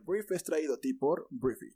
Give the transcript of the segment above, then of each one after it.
Brief es traído a ti por Briefy.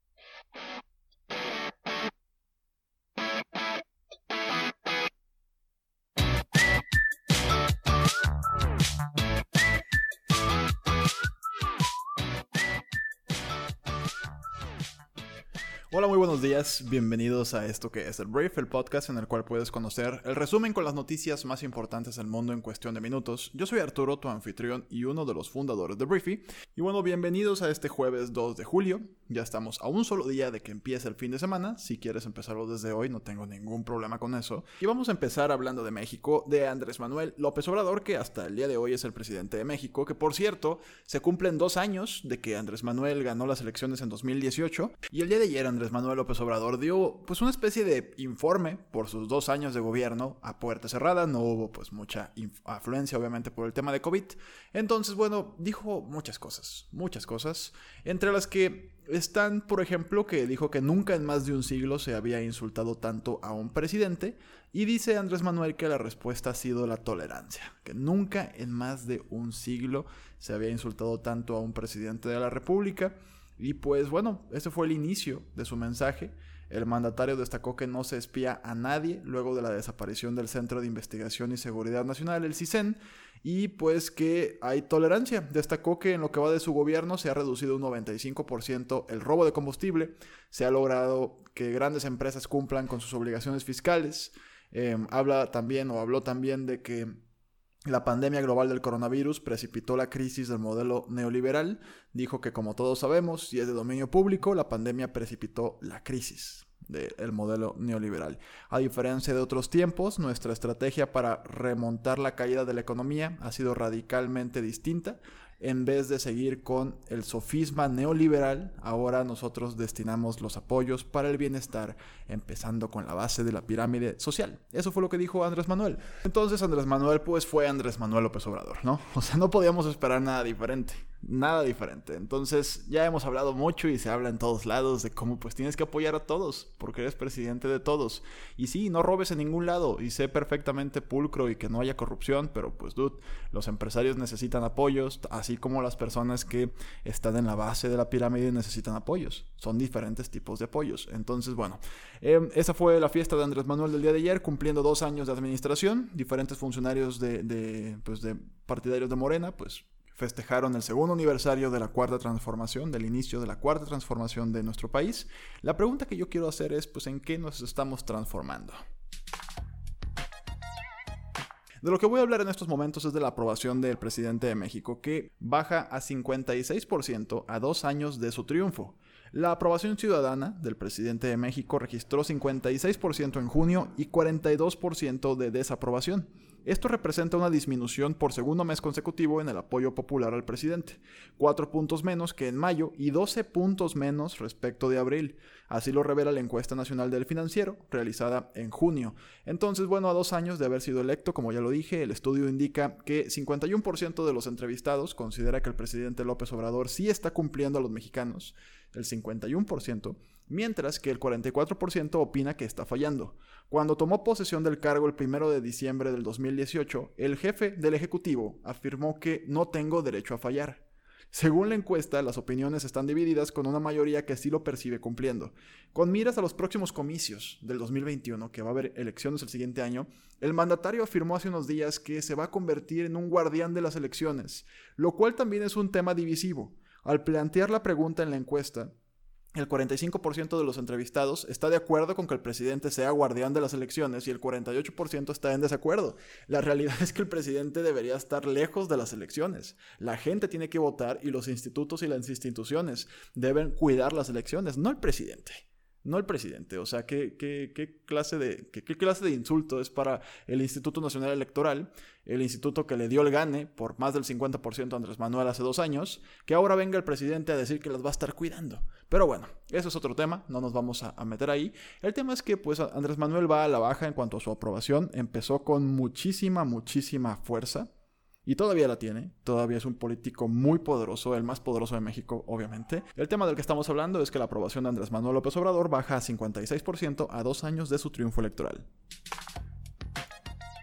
Hola, muy buenos días, bienvenidos a esto que es el Brief, el podcast en el cual puedes conocer el resumen con las noticias más importantes del mundo en cuestión de minutos. Yo soy Arturo, tu anfitrión y uno de los fundadores de Briefy. Y bueno, bienvenidos a este jueves 2 de julio. Ya estamos a un solo día de que empiece el fin de semana. Si quieres empezarlo desde hoy, no tengo ningún problema con eso. Y vamos a empezar hablando de México, de Andrés Manuel López Obrador, que hasta el día de hoy es el presidente de México, que por cierto, se cumplen 2 años de que Andrés Manuel ganó las elecciones en 2018. Y el día de ayer Andrés Manuel López Obrador dio pues una especie de informe por sus 2 años de gobierno a puerta cerrada. No hubo pues mucha afluencia obviamente por el tema de COVID. Entonces bueno, dijo muchas cosas, entre las que están, por ejemplo, que dijo que nunca en más de un siglo se había insultado tanto a un presidente. Y dice Andrés Manuel que la respuesta ha sido la tolerancia, que nunca en más de un siglo se había insultado tanto a un presidente de la República. Y pues bueno, ese fue el inicio de su mensaje. El mandatario destacó que no se espía a nadie luego de la desaparición del Centro de Investigación y Seguridad Nacional, el CISEN, y pues que hay tolerancia. Destacó que en lo que va de su gobierno se ha reducido un 95% el robo de combustible, se ha logrado que grandes empresas cumplan con sus obligaciones fiscales. Habló también de que la pandemia global del coronavirus precipitó la crisis del modelo neoliberal. Dijo que, como todos sabemos, y es de dominio público, la pandemia precipitó la crisis del modelo neoliberal. A diferencia de otros tiempos, nuestra estrategia para remontar la caída de la economía ha sido radicalmente distinta. En vez de seguir con el sofisma neoliberal, ahora nosotros destinamos los apoyos para el bienestar, empezando con la base de la pirámide social. Eso fue lo que dijo Andrés Manuel. Entonces Andrés Manuel pues fue Andrés Manuel López Obrador, ¿no? O sea, no podíamos esperar nada diferente. Entonces ya hemos hablado mucho y se habla en todos lados de cómo pues tienes que apoyar a todos porque eres presidente de todos. Y sí, no robes en ningún lado y sé perfectamente pulcro y que no haya corrupción, pero pues dude, los empresarios necesitan apoyos, así como las personas que están en la base de la pirámide necesitan apoyos. Son diferentes tipos de apoyos. Entonces bueno, esa fue la fiesta de Andrés Manuel del día de ayer, cumpliendo 2 años de administración. Diferentes funcionarios de partidarios de Morena pues festejaron el segundo aniversario de la Cuarta Transformación, del inicio de la Cuarta Transformación de nuestro país. La pregunta que yo quiero hacer es, pues, ¿en qué nos estamos transformando? De lo que voy a hablar en estos momentos es de la aprobación del presidente de México, que baja a 56% a 2 años de su triunfo. La aprobación ciudadana del presidente de México registró 56% en junio y 42% de desaprobación. Esto representa una disminución por segundo mes consecutivo en el apoyo popular al presidente, 4 puntos menos que en mayo y 12 puntos menos respecto de abril. Así lo revela la encuesta nacional del Financiero, realizada en junio. Entonces, bueno, a 2 años de haber sido electo, como ya lo dije, el estudio indica que 51% de los entrevistados considera que el presidente López Obrador sí está cumpliendo a los mexicanos, el 51%, mientras que el 44% opina que está fallando. Cuando tomó posesión del cargo el 1 de diciembre del 2018, el jefe del Ejecutivo afirmó que no tengo derecho a fallar. Según la encuesta, las opiniones están divididas con una mayoría que sí lo percibe cumpliendo. Con miras a los próximos comicios del 2021, que va a haber elecciones el siguiente año, el mandatario afirmó hace unos días que se va a convertir en un guardián de las elecciones, lo cual también es un tema divisivo. Al plantear la pregunta en la encuesta, el 45% de los entrevistados está de acuerdo con que el presidente sea guardián de las elecciones y el 48% está en desacuerdo. La realidad es que el presidente debería estar lejos de las elecciones. La gente tiene que votar y los institutos y las instituciones deben cuidar las elecciones, no el presidente. O sea, ¿qué clase de insulto es para el Instituto Nacional Electoral, el instituto que le dio el gane por más del 50% a Andrés Manuel hace 2 años, que ahora venga el presidente a decir que las va a estar cuidando? Pero bueno, eso es otro tema, no nos vamos a meter ahí. El tema es que pues Andrés Manuel va a la baja en cuanto a su aprobación. Empezó con muchísima fuerza. Y todavía la tiene, todavía es un político muy poderoso, el más poderoso de México, obviamente. El tema del que estamos hablando es que la aprobación de Andrés Manuel López Obrador baja a 56% a 2 años de su triunfo electoral.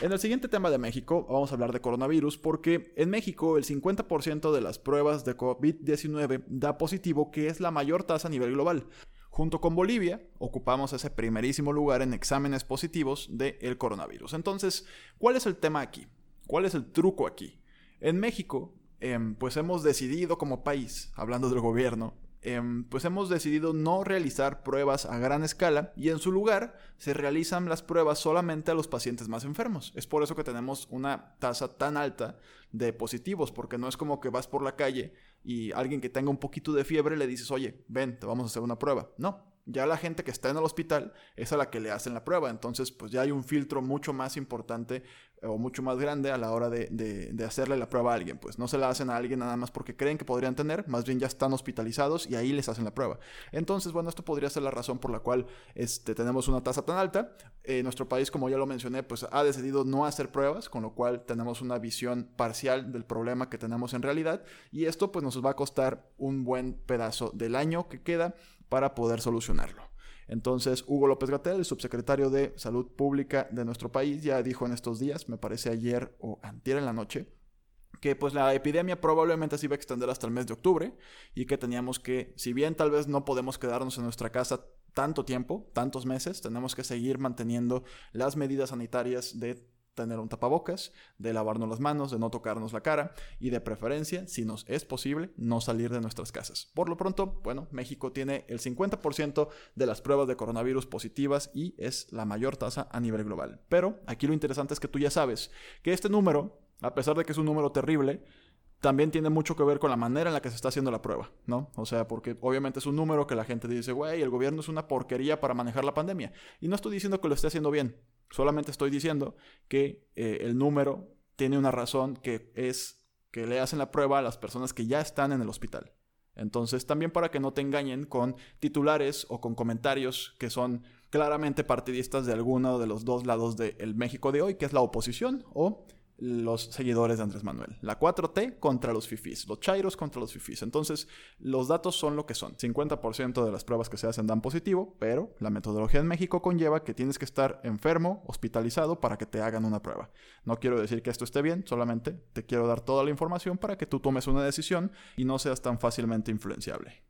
En el siguiente tema de México vamos a hablar de coronavirus porque en México el 50% de las pruebas de COVID-19 da positivo, que es la mayor tasa a nivel global. Junto con Bolivia, ocupamos ese primerísimo lugar en exámenes positivos del coronavirus. Entonces, ¿cuál es el tema aquí? ¿Cuál es el truco aquí? En México, pues hemos decidido como país, hablando del gobierno, pues hemos decidido no realizar pruebas a gran escala y en su lugar se realizan las pruebas solamente a los pacientes más enfermos. Es por eso que tenemos una tasa tan alta de positivos, porque no es como que vas por la calle y alguien que tenga un poquito de fiebre le dices, oye, ven, te vamos a hacer una prueba. No, ya la gente que está en el hospital es a la que le hacen la prueba. Entonces, pues ya hay un filtro mucho más importante o mucho más grande a la hora de hacerle la prueba a alguien. Pues no se la hacen a alguien nada más porque creen que podrían tener, más bien ya están hospitalizados y ahí les hacen la prueba. Entonces, bueno, esto podría ser la razón por la cual tenemos una tasa tan alta. Nuestro país, como ya lo mencioné, pues ha decidido no hacer pruebas, con lo cual tenemos una visión parcial del problema que tenemos en realidad, y esto pues nos va a costar un buen pedazo del año que queda para poder solucionarlo. Entonces, Hugo López-Gatell, el subsecretario de Salud Pública de nuestro país, ya dijo en estos días, me parece ayer o antier en la noche, que pues la epidemia probablemente se iba a extender hasta el mes de octubre y que teníamos que, si bien tal vez no podemos quedarnos en nuestra casa tanto tiempo, tantos meses, tenemos que seguir manteniendo las medidas sanitarias de tener un tapabocas, de lavarnos las manos, de no tocarnos la cara y de preferencia, si nos es posible, no salir de nuestras casas. Por lo pronto, bueno, México tiene el 50% de las pruebas de coronavirus positivas y es la mayor tasa a nivel global. Pero aquí lo interesante es que tú ya sabes que este número, a pesar de que es un número terrible, también tiene mucho que ver con la manera en la que se está haciendo la prueba, ¿no? O sea, porque obviamente es un número que la gente dice, güey, el gobierno es una porquería para manejar la pandemia. Y no estoy diciendo que lo esté haciendo bien, solamente estoy diciendo que el número tiene una razón, que es que le hacen la prueba a las personas que ya están en el hospital. Entonces, también para que no te engañen con titulares o con comentarios que son claramente partidistas de alguno de los dos lados del México de hoy, que es la oposición o los seguidores de Andrés Manuel. La 4T contra los fifís, los chairos contra los fifís. Entonces, los datos son lo que son. 50% de las pruebas que se hacen dan positivo, pero la metodología en México conlleva que tienes que estar enfermo, hospitalizado, para que te hagan una prueba. No quiero decir que esto esté bien, solamente te quiero dar toda la información para que tú tomes una decisión y no seas tan fácilmente influenciable.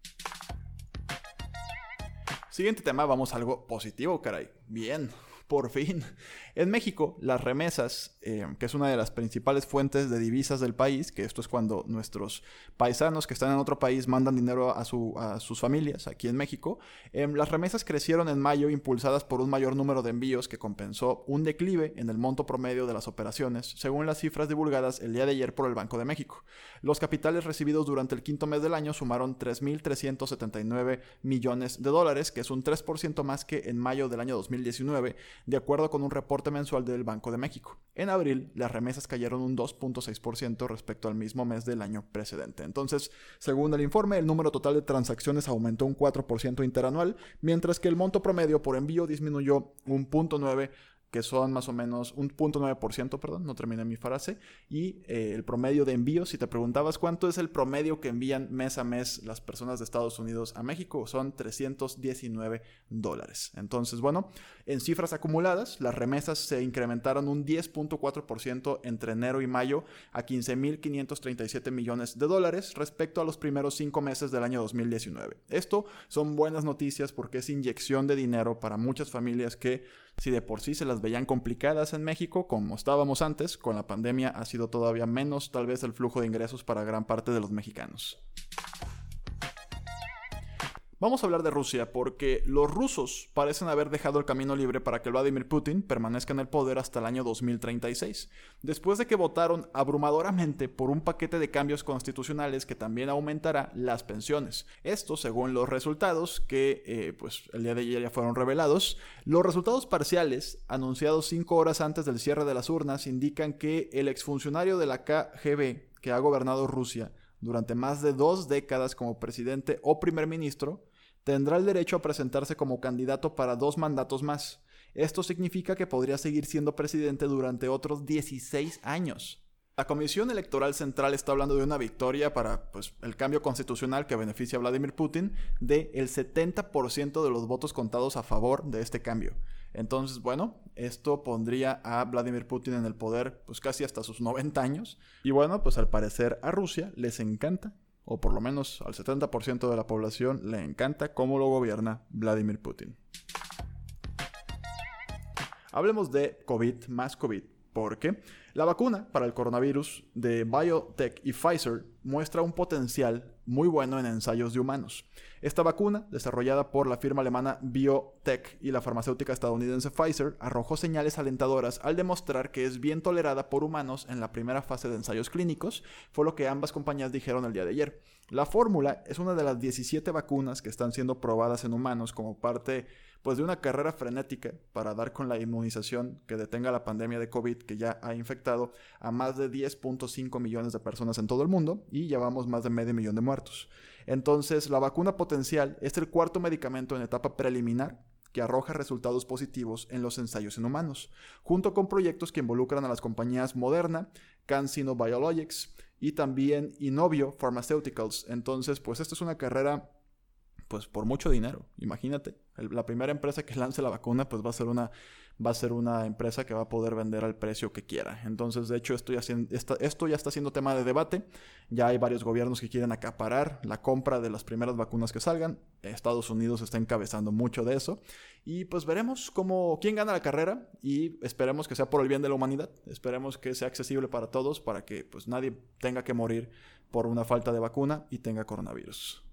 Siguiente tema, vamos a algo positivo, caray. Bien. Por fin. En México, las remesas, que es una de las principales fuentes de divisas del país, que esto es cuando nuestros paisanos que están en otro país mandan dinero a sus familias aquí en México, las remesas crecieron en mayo impulsadas por un mayor número de envíos que compensó un declive en el monto promedio de las operaciones, según las cifras divulgadas el día de ayer por el Banco de México. Los capitales recibidos durante el quinto mes del año sumaron 3.379 millones de dólares, que es un 3% más que en mayo del año 2019, de acuerdo con un reporte mensual del Banco de México. En abril, las remesas cayeron un 2.6% respecto al mismo mes del año precedente. Entonces, según el informe, el número total de transacciones aumentó un 4% interanual, mientras que el monto promedio por envío disminuyó un 0.9%, que son más o menos un 0.9%, perdón, no terminé mi frase, y el promedio de envíos, si te preguntabas cuánto es el promedio que envían mes a mes las personas de Estados Unidos a México, son $319. Entonces, bueno, en cifras acumuladas, las remesas se incrementaron un 10.4% entre enero y mayo a $15.537 millones respecto a los primeros 5 meses del año 2019. Esto son buenas noticias porque es inyección de dinero para muchas familias que, si de por sí se las veían complicadas en México, como estábamos antes, con la pandemia ha sido todavía menos tal vez el flujo de ingresos para gran parte de los mexicanos. Vamos a hablar de Rusia porque los rusos parecen haber dejado el camino libre para que Vladimir Putin permanezca en el poder hasta el año 2036, después de que votaron abrumadoramente por un paquete de cambios constitucionales que también aumentará las pensiones. Esto según los resultados que pues el día de ayer ya fueron revelados. Los resultados parciales, anunciados 5 horas antes del cierre de las urnas, indican que el exfuncionario de la KGB, que ha gobernado Rusia durante más de 2 décadas como presidente o primer ministro, tendrá el derecho a presentarse como candidato para 2 mandatos más. Esto significa que podría seguir siendo presidente durante otros 16 años. La Comisión Electoral Central está hablando de una victoria para el cambio constitucional que beneficia a Vladimir Putin del 70% de los votos contados a favor de este cambio. Entonces, bueno, esto pondría a Vladimir Putin en el poder pues casi hasta sus 90 años. Y bueno, pues al parecer a Rusia les encanta, o por lo menos al 70% de la población le encanta cómo lo gobierna Vladimir Putin. Hablemos de COVID más COVID, porque la vacuna para el coronavirus de BioNTech y Pfizer muestra un potencial muy bueno en ensayos de humanos. Esta vacuna, desarrollada por la firma alemana BioNTech y la farmacéutica estadounidense Pfizer, arrojó señales alentadoras al demostrar que es bien tolerada por humanos en la primera fase de ensayos clínicos, fue lo que ambas compañías dijeron el día de ayer. La fórmula es una de las 17 vacunas que están siendo probadas en humanos como parte pues de una carrera frenética para dar con la inmunización que detenga la pandemia de COVID que ya ha infectado a más de 10.5 millones de personas en todo el mundo y llevamos más de medio millón de muertos. Entonces, la vacuna potencial es el cuarto medicamento en etapa preliminar que arroja resultados positivos en los ensayos en humanos, junto con proyectos que involucran a las compañías Moderna, CanSino Biologics y también Inovio Pharmaceuticals. Entonces, pues esta es una carrera pues por mucho dinero, imagínate. La primera empresa que lance la vacuna pues va a ser una empresa que va a poder vender al precio que quiera. Entonces, de hecho, esto ya está siendo tema de debate. Ya hay varios gobiernos que quieren acaparar la compra de las primeras vacunas que salgan. Estados Unidos está encabezando mucho de eso. Y pues veremos quién gana la carrera y esperemos que sea por el bien de la humanidad. Esperemos que sea accesible para todos para que pues nadie tenga que morir por una falta de vacuna y tenga coronavirus.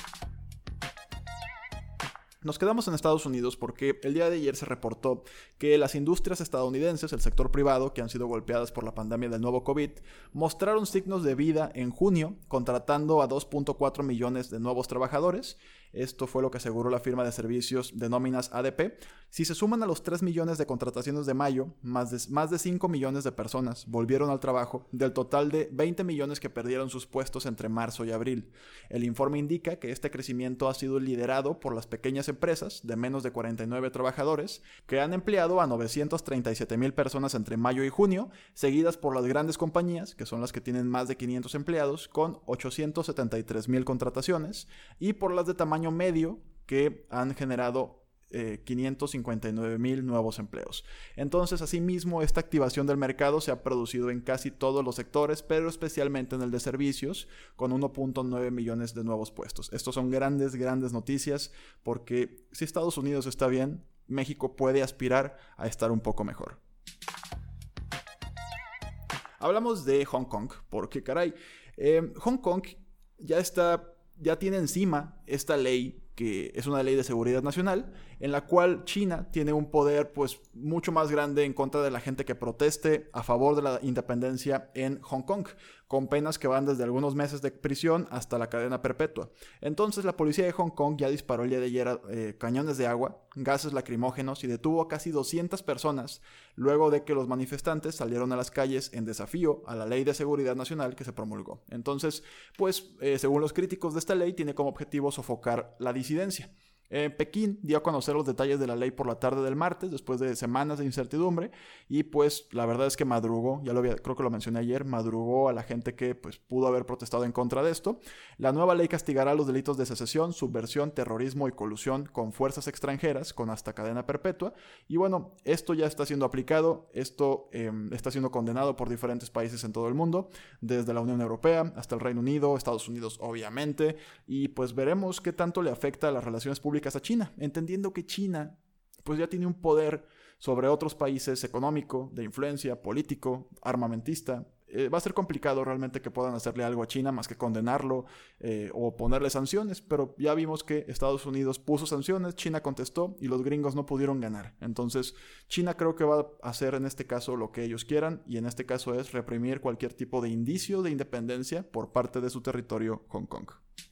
Nos quedamos en Estados Unidos porque el día de ayer se reportó que las industrias estadounidenses, el sector privado, que han sido golpeadas por la pandemia del nuevo COVID, mostraron signos de vida en junio, contratando a 2.4 millones de nuevos trabajadores. Esto fue lo que aseguró la firma de servicios de nóminas ADP. Si se suman a los 3 millones de contrataciones de mayo, más de 5 millones de personas volvieron al trabajo, del total de 20 millones que perdieron sus puestos entre marzo y abril. El informe indica que este crecimiento ha sido liderado por las pequeñas empresas de menos de 49 trabajadores, que han empleado a 937,000 personas entre mayo y junio, seguidas por las grandes compañías, que son las que tienen más de 500 empleados, con 873,000 contrataciones, y por las de tamaño medio, que han generado 559,000 nuevos empleos. Entonces, asimismo, esta activación del mercado se ha producido en casi todos los sectores, pero especialmente en el de servicios, con 1.9 millones de nuevos puestos. Estos son grandes noticias, porque si Estados Unidos está bien, México puede aspirar a estar un poco mejor. Hablamos de Hong Kong, porque caray, Hong Kong ya tiene encima esta ley que es una ley de seguridad nacional, en la cual China tiene un poder pues mucho más grande en contra de la gente que proteste a favor de la independencia en Hong Kong, con penas que van desde algunos meses de prisión hasta la cadena perpetua. Entonces la policía de Hong Kong ya disparó el día de ayer cañones de agua, gases lacrimógenos y detuvo a casi 200 personas luego de que los manifestantes salieron a las calles en desafío a la ley de seguridad nacional que se promulgó. Entonces, pues según los críticos de esta ley, tiene como objetivo sofocar la disidencia. Pekín dio a conocer los detalles de la ley por la tarde del martes, después de semanas de incertidumbre, y pues la verdad es que madrugó, creo que lo mencioné ayer, madrugó a la gente que pues pudo haber protestado en contra de esto. La nueva ley castigará los delitos de secesión, subversión, terrorismo y colusión con fuerzas extranjeras, con hasta cadena perpetua, y bueno, esto ya está siendo aplicado, esto está siendo condenado por diferentes países en todo el mundo, desde la Unión Europea hasta el Reino Unido, Estados Unidos obviamente, y pues veremos qué tanto le afecta a las relaciones públicas a China, entendiendo que China pues ya tiene un poder sobre otros países económico, de influencia, político, armamentista. Va a ser complicado realmente que puedan hacerle algo a China más que condenarlo o ponerle sanciones, pero ya vimos que Estados Unidos puso sanciones, China contestó y los gringos no pudieron ganar. Entonces China creo que va a hacer en este caso lo que ellos quieran, y en este caso es reprimir cualquier tipo de indicio de independencia por parte de su territorio, Hong Kong.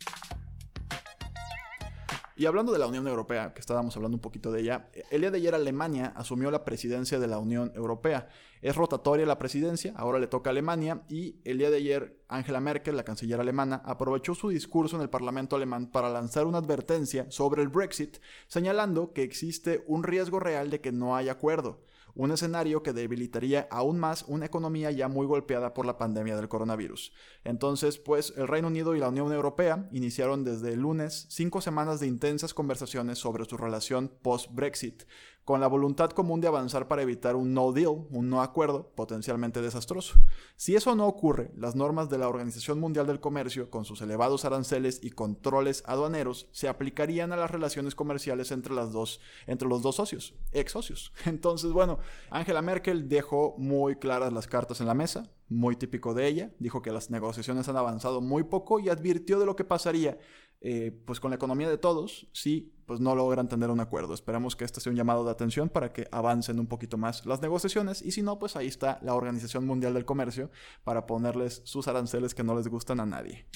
Y hablando de la Unión Europea, que estábamos hablando un poquito de ella, el día de ayer Alemania asumió la presidencia de la Unión Europea. Es rotatoria la presidencia, ahora le toca a Alemania, y el día de ayer Angela Merkel, la canciller alemana, aprovechó su discurso en el Parlamento alemán para lanzar una advertencia sobre el Brexit, señalando que existe un riesgo real de que no haya acuerdo. Un escenario que debilitaría aún más una economía ya muy golpeada por la pandemia del coronavirus. Entonces, pues, el Reino Unido y la Unión Europea iniciaron desde el lunes 5 semanas de intensas conversaciones sobre su relación post-Brexit, con la voluntad común de avanzar para evitar un no deal, un no acuerdo potencialmente desastroso. Si eso no ocurre, las normas de la Organización Mundial del Comercio, con sus elevados aranceles y controles aduaneros, se aplicarían a las relaciones comerciales entre los dos socios, ex socios. Entonces, bueno, Angela Merkel dejó muy claras las cartas en la mesa, muy típico de ella. Dijo que las negociaciones han avanzado muy poco y advirtió de lo que pasaría pues con la economía de todos si pues no logran tener un acuerdo. Esperamos que este sea un llamado de atención para que avancen un poquito más las negociaciones, y si no, pues ahí está la Organización Mundial del Comercio para ponerles sus aranceles que no les gustan a nadie.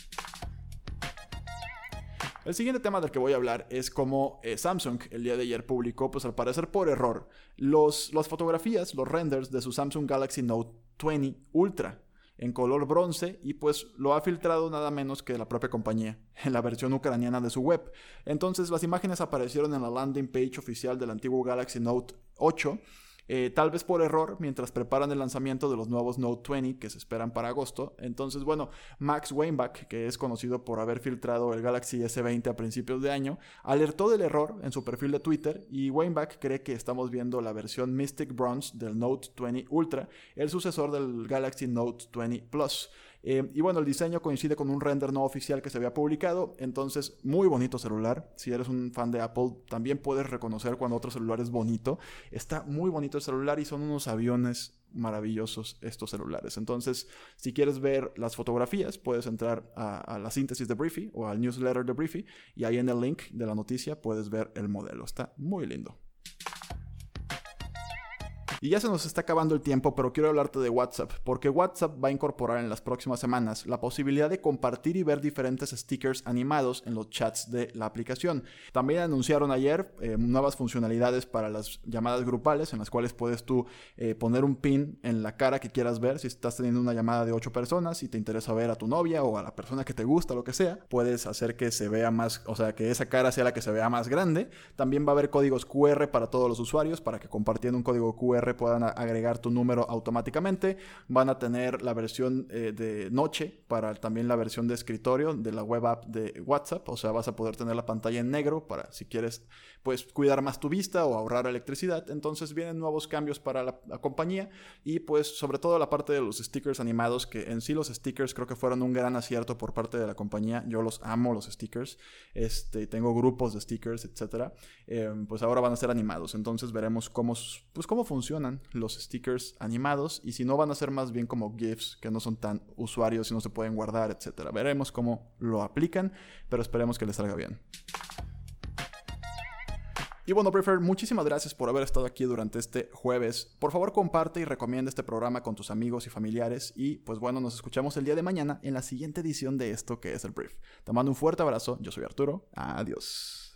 El siguiente tema del que voy a hablar es cómo Samsung el día de ayer publicó, pues al parecer por error, las fotografías, los renders de su Samsung Galaxy Note 20 Ultra en color bronce, y pues lo ha filtrado nada menos que la propia compañía en la versión ucraniana de su web. Entonces las imágenes aparecieron en la landing page oficial del antiguo Galaxy Note 8, tal vez por error, mientras preparan el lanzamiento de los nuevos Note 20 que se esperan para agosto. Entonces, bueno, Max Weinbach, que es conocido por haber filtrado el Galaxy S20 a principios de año, alertó del error en su perfil de Twitter, y Weinbach cree que estamos viendo la versión Mystic Bronze del Note 20 Ultra, el sucesor del Galaxy Note 20 Plus. Y bueno, el diseño coincide con un render no oficial que se había publicado. Entonces, muy bonito celular. Si eres un fan de Apple, también puedes reconocer cuando otro celular es bonito. Está muy bonito el celular y son unos aviones maravillosos estos celulares. Entonces, si quieres ver las fotografías, puedes entrar a la síntesis de Briefy o al newsletter de Briefy, y ahí en el link de la noticia puedes ver el modelo. Está muy lindo. Y ya se nos está acabando el tiempo, pero quiero hablarte de WhatsApp, porque WhatsApp va a incorporar en las próximas semanas la posibilidad de compartir y ver diferentes stickers animados en los chats de la aplicación. También anunciaron ayer nuevas funcionalidades para las llamadas grupales, en las cuales puedes tú poner un pin en la cara que quieras ver. Si estás teniendo una llamada de 8 personas y te interesa ver a tu novia o a la persona que te gusta, lo que sea, puedes hacer que se vea más, o sea, que esa cara sea la que se vea más grande. También va a haber códigos QR para todos los usuarios, para que compartiendo un código QR puedan agregar tu número automáticamente. Van a tener la versión de noche para también la versión de escritorio de la web app de WhatsApp. O sea, vas a poder tener la pantalla en negro para si quieres pues cuidar más tu vista o ahorrar electricidad. Entonces vienen nuevos cambios para la compañía, y pues sobre todo la parte de los stickers animados, que en sí los stickers creo que fueron un gran acierto por parte de la compañía. Yo los amo, los stickers. Tengo grupos de stickers, etcétera. Pues ahora van a ser animados. Entonces veremos cómo funcionan los stickers animados, y si no van a ser más bien como GIFs que no son tan usuarios y no se pueden guardar, etcétera. Veremos cómo lo aplican, pero esperemos que les salga bien. Y bueno, Briefer, muchísimas gracias por haber estado aquí durante este jueves. Por favor, comparte y recomienda este programa con tus amigos y familiares. Y pues bueno, nos escuchamos el día de mañana en la siguiente edición de esto que es el Brief. Te mando un fuerte abrazo. Yo soy Arturo. Adiós.